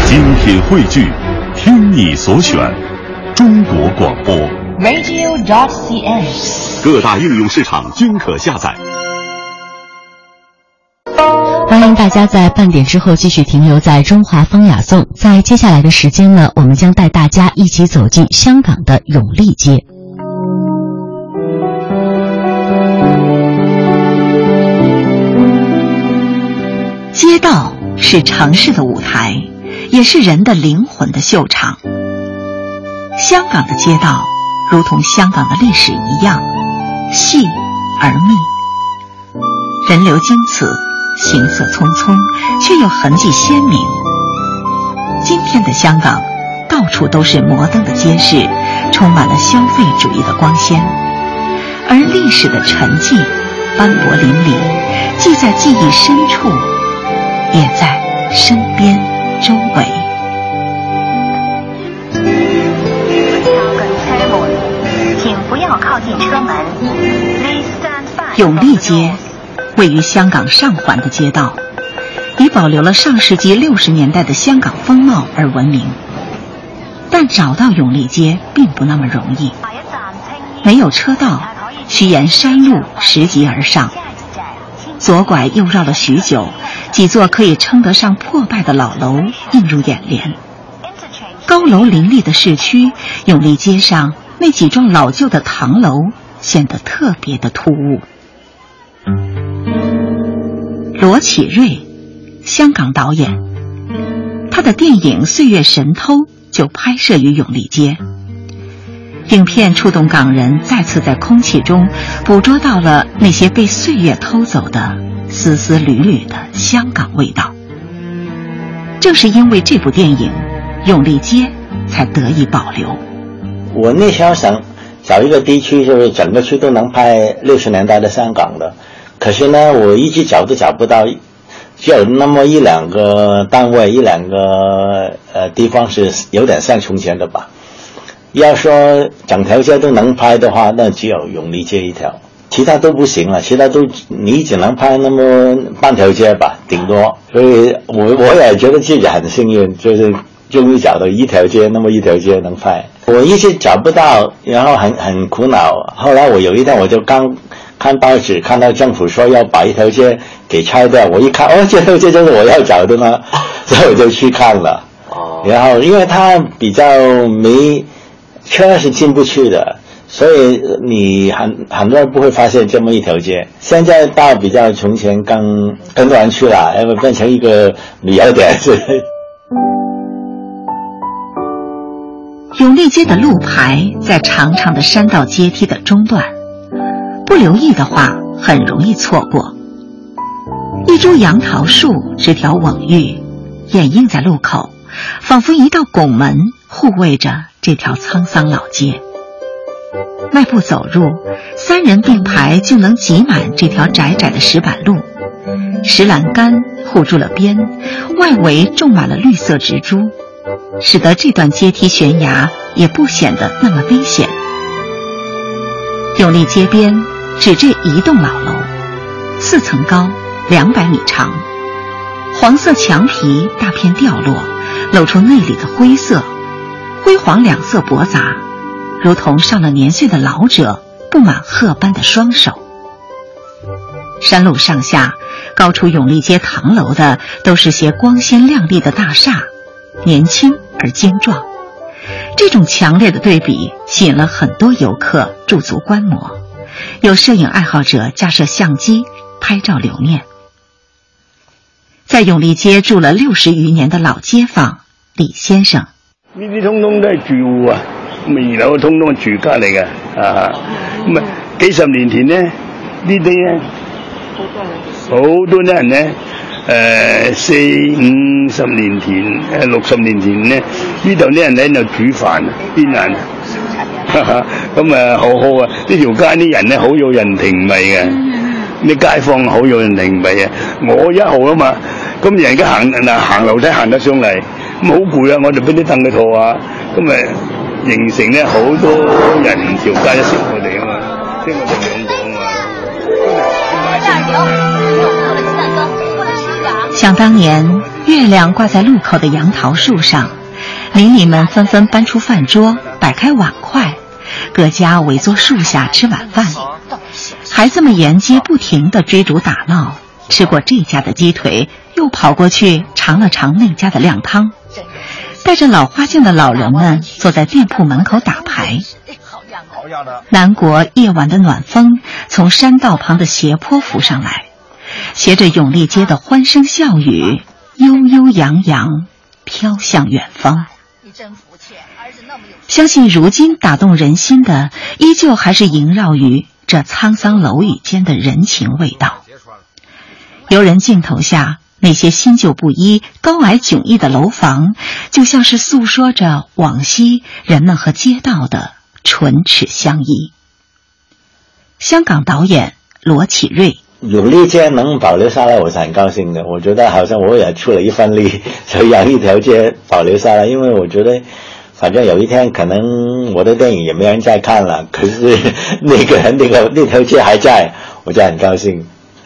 精品汇聚，听你所选，中国广播 radio.cn， 各大应用市场均可下载。 欢迎大家在半点之后继续停留在中华风雅颂。在接下来的时间呢，我们将带大家一起走进香港的永利街。 街道是城市的舞台，也是人的灵魂的秀场。香港的街道如同香港的历史一样细而密，人流经此，行色匆匆，却又痕迹鲜明。今天的香港到处都是摩登的街市，充满了消费主义的光鲜，而历史的沉寂斑驳淋漓，既在记忆深处，也在身边周围。 请不要靠近车门。 永利街位于香港上环的街道，以保留了上世纪60年代的香港风貌而闻名。但找到永利街并不那么容易，没有车道，需沿山路拾级而上，左拐右绕了许久，几座可以称得上破败的老楼映入眼帘。高楼林立的市区，永利街上那几幢老旧的唐楼显得特别的突兀。罗启瑞，香港导演，他的电影《岁月神偷》就拍摄于永利街。影片触动港人再次在空气中捕捉到了那些被岁月偷走的丝丝缕缕的香港味道。正是因为这部电影，永利街才得以保留。 我那时候想找一个地区，就是整个区都能拍60年代的香港的，可是呢我一直找都找不到，只有那么一两个单位，一两个地方是有点像从前的吧。要说整条街都能拍的话，那只有永利街一条，其他都不行了，其他都你只能拍那么半条街吧，顶多。所以我也觉得自己很幸运，就是终于找到一条街，那么一条街能拍。我一直找不到，然后很苦恼。后来我有一天我就刚看报纸，看到政府说要把一条街给拆掉，我一看，这条街就是我要找的吗？所以我就去看了。然后因为它比较没车是进不去的，所以你很多人不会发现这么一条街。现在到比较从前更多人去了，因为变成一个旅游点。 永利街的路牌在长长的山道阶梯的中段，不留意的话很容易错过。一株杨桃树枝条蓊郁，掩映在路口，仿佛一道拱门护卫着这条沧桑老街。迈步走入，3人并排就能挤满这条窄窄的石板路，石栏杆护住了边，外围种满了绿色植株，使得这段阶梯悬崖也不显得那么危险。永利街边只这一栋老楼，4层高，200米长，黄色墙皮大片掉落，露出内里的灰色，灰黄两色驳杂，如同上了年岁的老者布满褐斑的双手。山路上下高出永利街唐楼的都是些光鲜亮丽的大厦，年轻而精壮。这种强烈的对比吸引了很多游客驻足观摩，有摄影爱好者架设相机拍照留念。在永利街住了60余年的老街坊李先生， 呢啲通通都係住戶啊，咁二樓通通係住家嚟嘅咁啊幾十年前咧，呢啲咧好多人咧40-50年前60年前咧，呢度啲人咧就煮飯邊人咁啊好好啊！呢條街啲人咧好有人情味嘅，啲街坊好有人情味啊！我1號啊嘛，咁人家行樓梯行得上嚟，咁好攰啊！我哋俾啲凳佢坐啊，咁咪形成咧好多人條街一識我哋啊嘛，識我哋兩個啊嘛。 想当年月亮挂在路口的杨桃树上，邻里们纷纷搬出饭桌，摆开碗筷，各家围坐树下吃晚饭。孩子们沿街不停地追逐打闹，吃过这家的鸡腿，又跑过去尝了尝那家的靓汤。戴着老花镜的老人们坐在店铺门口打牌。南国夜晚的暖风从山道旁的斜坡拂上来，携着永利街的欢声笑语，悠悠扬扬飘向远方。相信如今打动人心的，依旧还是萦绕于这沧桑楼宇间的人情味道。游人镜头下，那些新旧不一、高矮迥异的楼房，就像是诉说着往昔人们和街道的唇齿相依。香港导演罗启瑞， 永利街能保留下来，我是很高兴的。我觉得好像我也出了一份力，所以让一条街保留下来。因为我觉得，反正有一天可能我的电影也没人再看了，可是那条街还在，我就很高兴。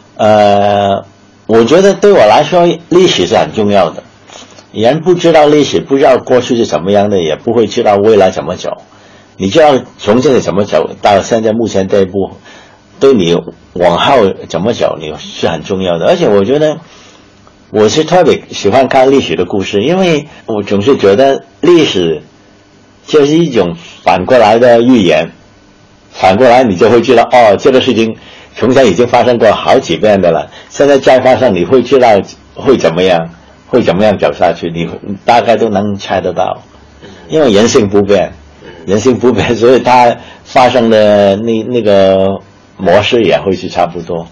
我觉得对我来说，历史是很重要的。人不知道历史，不知道过去是怎么样的，也不会知道未来怎么走。你知道从这里怎么走到现在目前这一步，对你往后怎么走你是很重要的。而且我觉得我是特别喜欢看历史的故事，因为我总是觉得历史就是一种反过来的预言，反过来你就会知道，这个事情从前已经发生过好几遍的了，现在再发生你会知道会怎么样走下去，你大概都能猜得到。因为人性不变，所以它发生的那个模式也会是差不多。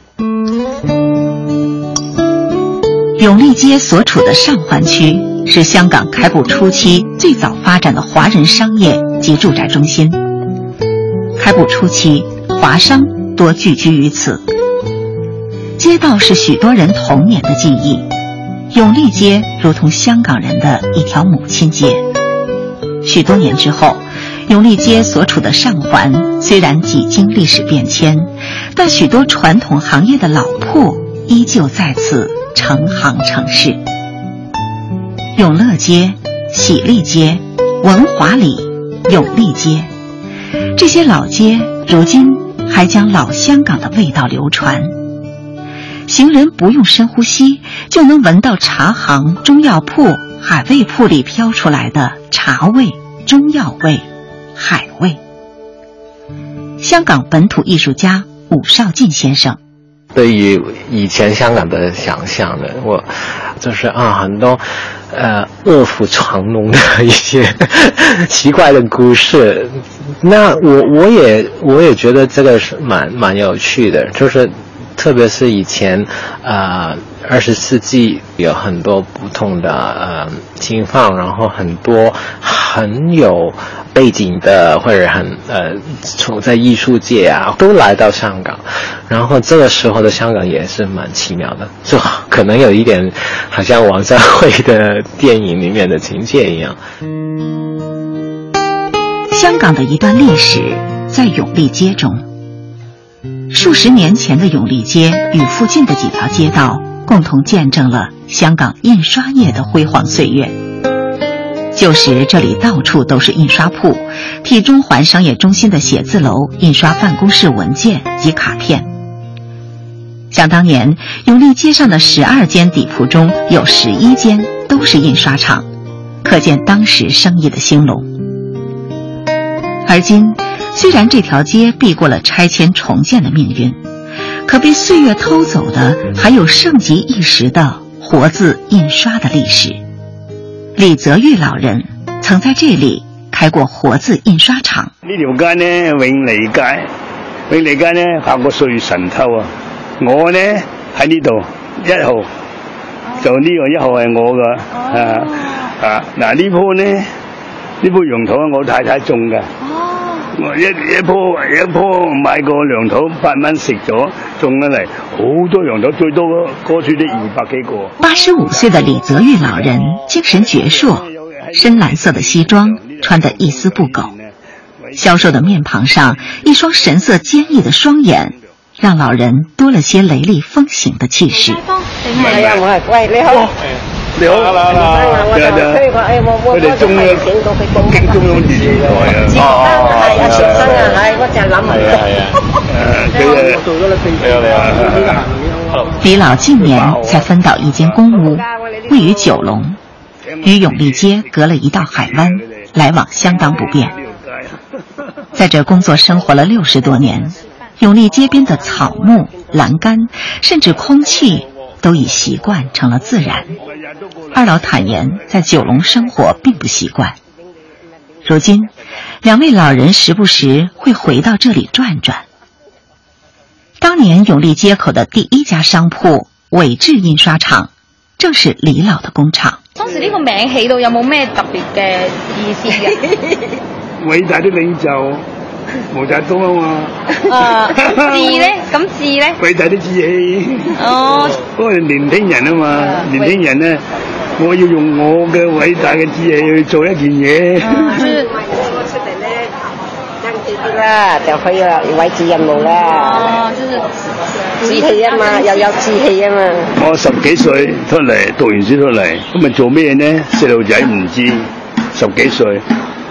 永利街所处的上环区是香港开埠初期最早发展的华人商业及住宅中心。开埠初期，华商多聚居于此。街道是许多人童年的记忆，永利街如同香港人的一条母亲街。许多年之后，永利街所处的上环虽然几经历史变迁，但许多传统行业的老铺依旧在此成行成市。永乐街、喜利街、文华里、永利街，这些老街如今还将老香港的味道流传。行人不用深呼吸，就能闻到茶行、中药铺、海味铺里飘出来的茶味、中药味、海味。香港本土艺术家伍少进先生， 对于以前香港的想象呢，我就是很多卧虎藏龙的一些奇怪的故事。那我也觉得这个是蛮有趣的，就是特别是以前20世纪有很多不同的情况，然后很多很有背景的或者从在艺术界都来到香港，然后这个时候的香港也是蛮奇妙的，就可能有一点好像王家卫的电影里面的情节一样。 香港的一段历史在永利街中。数十年前的永利街与附近的几条街道共同见证了香港印刷业的辉煌岁月。旧时这里到处都是印刷铺，替中环商业中心的写字楼印刷办公室文件及卡片。想当年，永利街上的12间底铺中有11间都是印刷厂，可见当时生意的兴隆。而今虽然这条街避过了拆迁重建的命运，可被岁月偷走的还有盛极一时的活字印刷的历史。李泽玉老人曾在这里开过活字印刷厂。 呢條街呢，永利街呢拍過歲月神偷啊！我呢喺呢度1號，就呢個1號係我噶嗱呢棵呢，呢棵楊桃我太太種嘅。我一棵買個楊桃8蚊食咗，種得嚟好多楊桃，最多嗰處都200幾個。 85歲的李澤玉老人精神矍铄，深藍色的西裝穿得一絲不苟，消瘦的面龐上一雙神色堅毅的雙眼，讓老人多了些雷厲風行的氣勢。 係啊，我係喂，你好。 你好，佢哋中央北京中央電視台啊， 係啊，潮生啊，係我就諗李老近年才分到一间公屋，位于九龙，与永利街隔了一道海湾，来往相当不便。在这工作生活了60多年，永利街边的草木、栏杆，甚至空气都已习惯成了自然。二老坦言，在九龙生活并不习惯。如今，两位老人时不时会回到这里转转。当年永利街口的第一家商鋪偉志印刷廠，正是李老的工廠。 當時呢個名起到有冇咩特別嘅意思嘅？ 偉大的領袖毛澤東啊嘛。 字咧？咁字咧？ 偉大的志氣。哦。嗰個年輕人啊嘛，年輕人咧，我要用我嘅偉大嘅志氣去做一件嘢。 啦，就可以啦，偉志任務啦。志氣啊嘛，又有志氣啊嘛。 我10幾歲出嚟，讀完書出嚟，咁咪做咩呢？細路仔唔知，10幾歲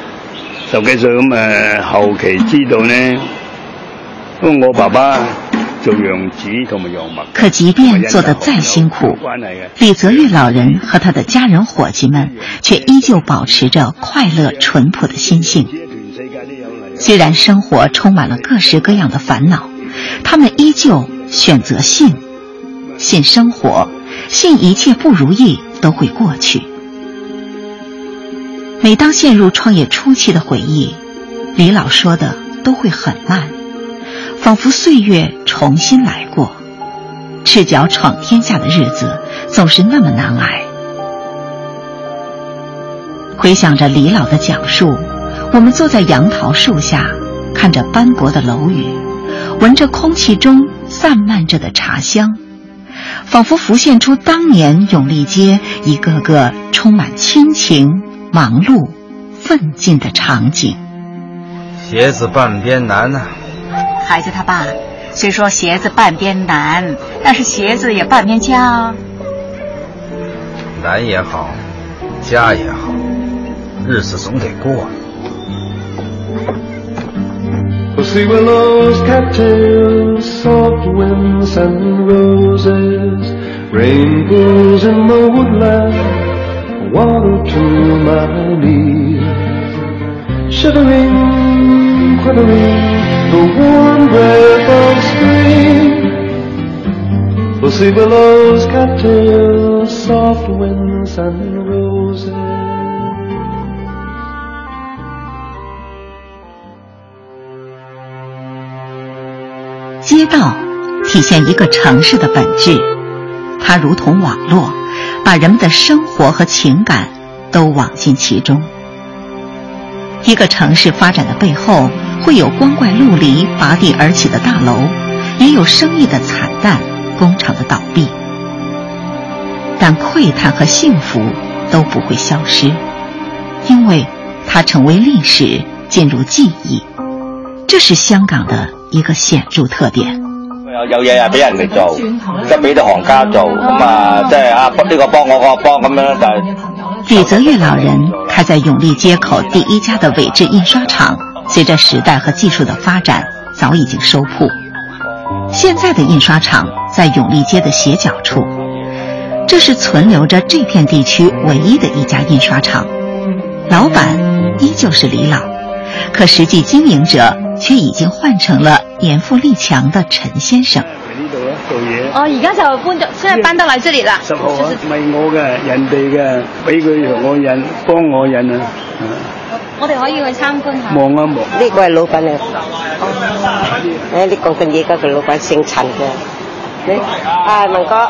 咁後期知道呢，因為我爸爸做洋紙同埋洋墨。 可即便做得再辛苦，李澤钺老人和他的家人伙計們卻依舊保持着快樂淳樸的心性。雖然生活充滿了各式各樣的煩惱，他們依舊選擇信生活，信一切不如意都會過去。每當陷入創業初期的回憶，李老說的都會很慢，仿佛歲月重新來過，赤腳闖天下的日子總是那麼難挨。回想着李老的講述，我們坐在楊桃樹下，看着斑駁的樓宇，聞着空氣中散漫着的茶香，仿佛浮現出當年永利街一個個充滿親情、忙碌、奮進的場景。 鞋子半邊難啊！ 孩子他爸，雖說鞋子半邊難，但是鞋子也半邊家啊。 難也好，家也好，日子總得過。 Sea willows, cattails, soft winds and roses, rain pools in the woodland, water to my knees. Shivering, quivering, the warm breath of spring. Sea willows, cattails, soft winds and roses. 街道体现一个城市的本质，它如同网络，把人们的生活和情感都网进其中。一个城市发展的背后，会有光怪陆离、拔地而起的大楼，也有生意的惨淡、工厂的倒闭。但喟叹和幸福都不会消失，因为它成为歷史，進入記憶。這是香港的一個顯著特點。 有嘢係俾人哋做，即係俾啲行家做，咁啊，即係啊呢個幫我嗰個幫咁樣就係。 李澤钺老人開在永利街口第一家的偉志印刷廠，隨着時代和技術的發展，早已經收鋪。現在的印刷廠在永利街的斜角處，這是存留着這片地區唯一的一家印刷廠，老闆依舊是李老，可實際經營者卻已經換成了年富力強的陳先生。 哦，而家就搬咗，即係搬到嚟這裡啦。 10號啊，唔係我嘅，人哋嘅，俾佢同我印，幫我印啊。 我哋可以去參觀下。 望啊望。 呢個係老闆嚟。誒，你講緊嘢嗰個老闆姓陳嘅。你啊，文哥。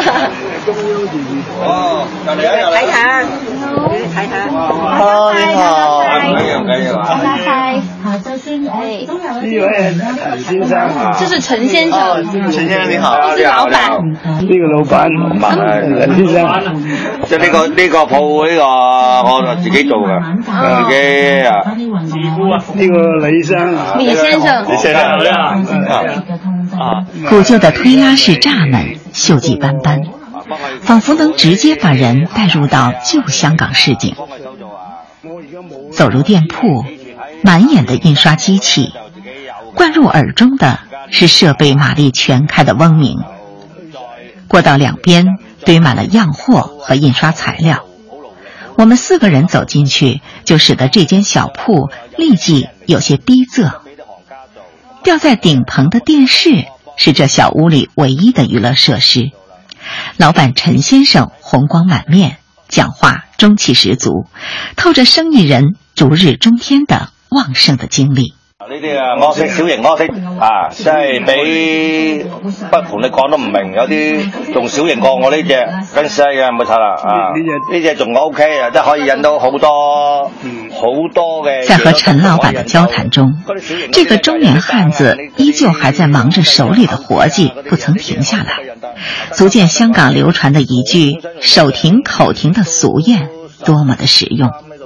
哦， 睇下，睇下。 哦，你好。 拜拜。 周先生， 呢位陳先生啊。 這是陳先生。 陳先生你好。 這是老闆。 呢個老闆，陳先生。 即係呢個鋪呢個我自己做嘅，自己啊。 呢個李生。 李先生。 李先生古舊的推拉式閘門，鏽跡斑斑， 仿佛能直接把人带入到旧香港市井。走入店铺，满眼的印刷机器，灌入耳中的是设备马力全开的嗡鸣。过道两边堆满了样货和印刷材料，我们4个人走进去，就使得这间小铺立即有些逼仄。吊在顶棚的电视是这小屋里唯一的娱乐设施。老板陈先生红光满面，讲话中气十足，透着生意人逐日中天的旺盛的精力。 呢啲柯式小型柯式即係比不盤你講都唔明，有啲仲小型過我呢隻跟細嘅冇錯啦呢隻仲 OK 啊，即係可以引到好多嘅。 在和陈老板的交谈中，这个中年汉子依旧还在忙着手里的活计，不曾停下来，足见香港流传的一句手停口停的俗谚多么的实用。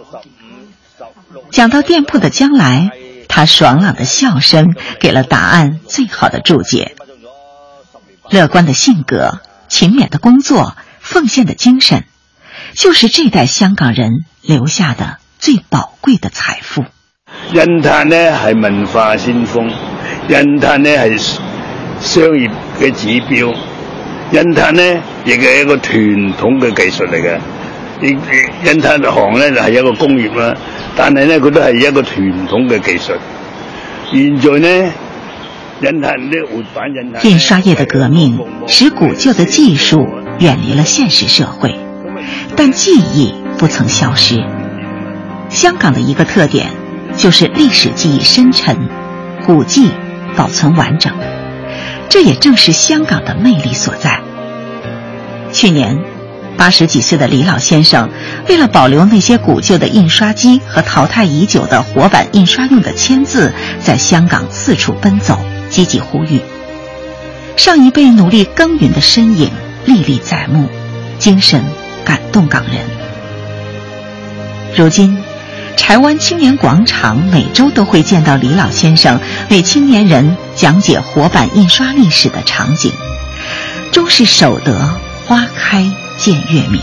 讲到店铺的将来，他爽朗的笑声给了答案最好的注解。乐观的性格，勤勉的工作，奉献的精神，就是这代香港人留下的最寶貴的財富。 印炭呢係文化先鋒，印炭呢係商業嘅指標，印炭呢亦係一個傳統嘅技術嚟嘅。印炭行呢就係一個工業啦，但係呢佢都係一個傳統嘅技術。現在呢印炭呢活版印炭。 印刷業的革命使古舊的技術遠離了現實社會，但技藝不曾消失。香港的一個特點就是歷史記憶深沉，古蹟保存完整，這也正是香港的魅力所在。去年80幾歲的李老先生為了保留那些古舊的印刷機和淘汰已久的活版印刷用的簽字，在香港四處奔走，積極呼籲。上一輩努力耕耘的身影歷歷在目，精神感動港人。如今柴灣青年廣場每周都會見到李老先生為青年人講解活版印刷歷史的場景，終是守得花開見月明。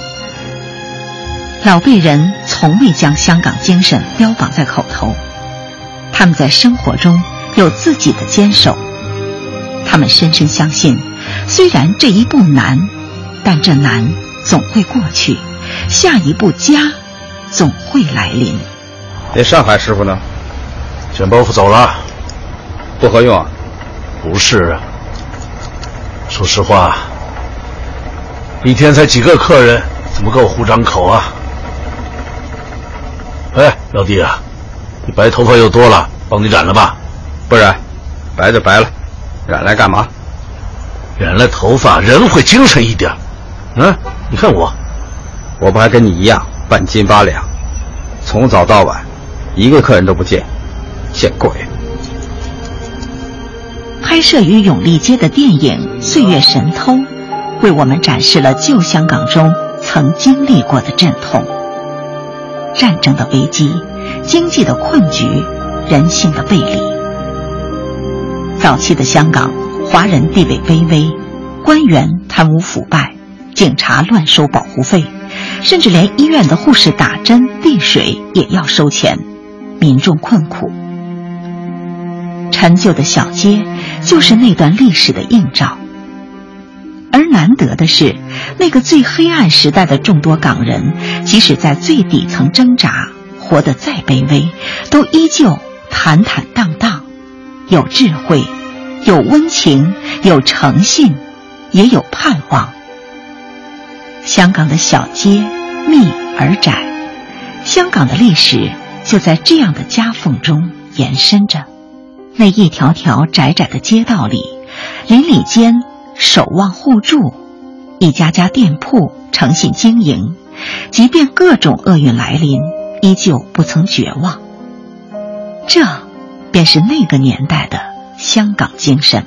老輩人從未將香港精神標榜在口頭，他們在生活中有自己的堅守。他們深深相信，雖然這一步難，但這難總會過去，下一步家總會來臨。 那上海師傅呢？ 卷包袱走了， 不合用啊？ 不是啊，說實話，一天才幾個客人，怎麼夠糊張口啊？哎，老弟啊，你白頭髮又多了，幫你染了吧？ 不染，白就白了，染來幹嘛？ 染了頭髮人會精神一點。你看我不還跟你一樣半斤8兩，從早到晚一個客人都不見，見鬼。 拍攝於永利街的電影《歲月神偷》為我們展示了舊香港中曾經歷過的陣痛，戰爭的危機，經濟的困局，人性的背離。早期的香港，華人地位卑微，官員貪污腐敗，警察亂收保護費，甚至連醫院的護士打針遞水也要收錢，民眾困苦。陳舊的小街就是那段歷史的映照。而難得的是，那個最黑暗時代的眾多港人，即使在最底層掙扎，活得再卑微，都依舊坦坦蕩蕩，有智慧，有溫情，有誠信，也有盼望。香港的小街密而窄，香港的歷史就在這樣的夾縫中延伸着。那一條條窄窄的街道裡，鄰里間守望互助，一家家店鋪誠信經營，即便各種厄運來臨，依舊不曾絕望。這便是那個年代的香港精神。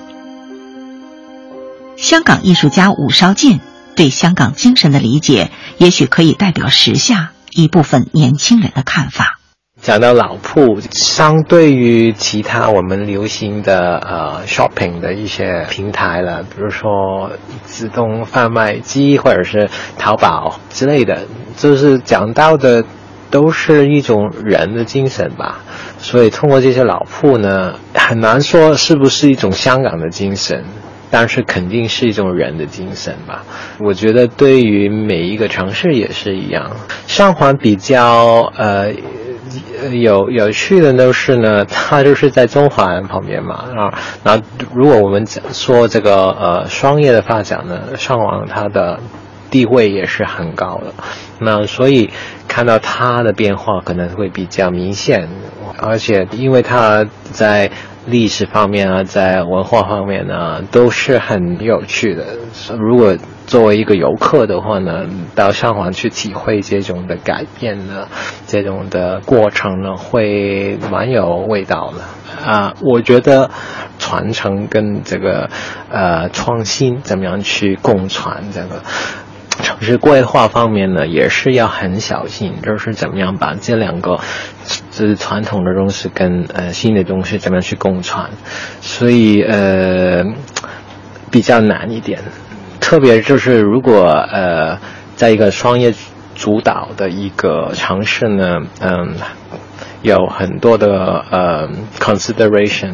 香港藝術家伍紹進對香港精神的理解，也許可以代表時下一部分年輕人的看法。 讲到老铺，相对于其他我们流行的shopping 的一些平台了，比如说自动贩卖机或者是淘宝之类的，就是讲到的都是一种人的精神吧。所以通过这些老铺呢，很难说是不是一种香港的精神，但是肯定是一种人的精神吧。我觉得对于每一个城市也是一样。上环比较有趣的都是呢，它就是在中环旁边嘛，然后如果我们说这个商业的发展呢，上环它的地位也是很高的，那所以看到它的变化可能会比较明显，而且因为它在历史方面啊，在文化方面呢，都是很有趣的。如果作为一个游客的话呢，到上环去体会这种的改变呢，这种的过程呢，会蛮有味道的。我觉得传承跟这个创新怎么样去共传，这个城市规划方面呢，也是要很小心，就是怎么样把这两个就是传统的东西跟新的东西怎么样去共传，所以比较难一点。特别就是如果在一个商业主导的一个城市呢，有很多的consideration，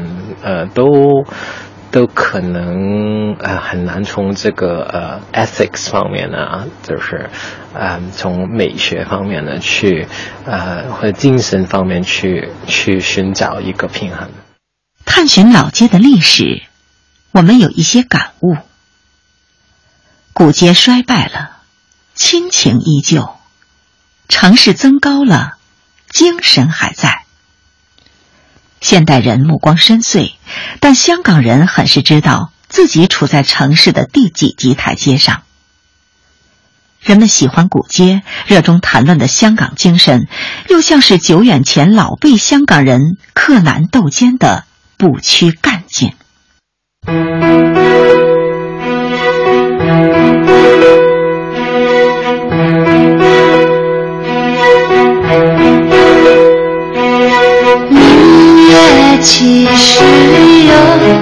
都可能很难从这个ethics 方面呢，就是从美学方面呢去或者精神方面去寻找一个平衡。 探寻老街的历史，我们有一些感悟。古街衰败了，亲情依旧；城市增高了，精神还在。现代人目光深邃，但香港人很是知道自己处在城市的第几级台阶上。人们喜欢古街，热衷谈论的香港精神，又像是久远前老辈香港人克难斗坚的不屈干劲。 其实有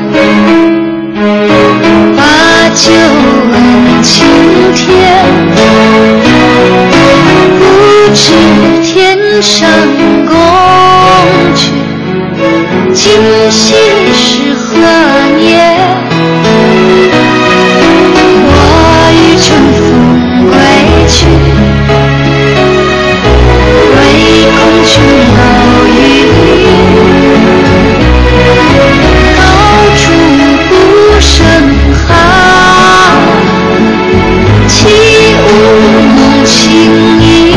把酒问青天，不知天上宫阙，今夕是何年？我欲乘风归去，唯恐琼楼玉宇。高处不胜寒，起舞弄清影，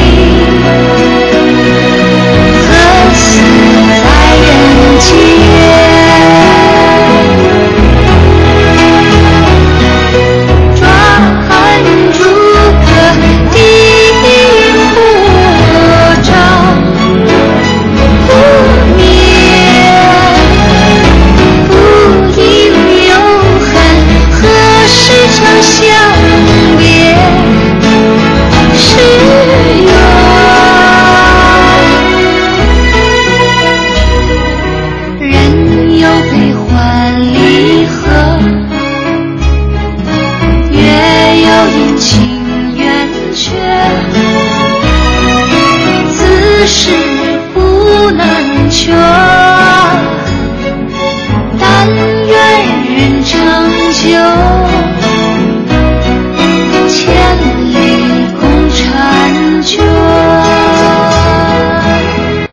何似在人间？转朱阁，低火照，不眠。时常相别时圆，人有悲欢离合，月有阴晴圆缺，自是不难全，但愿人长久。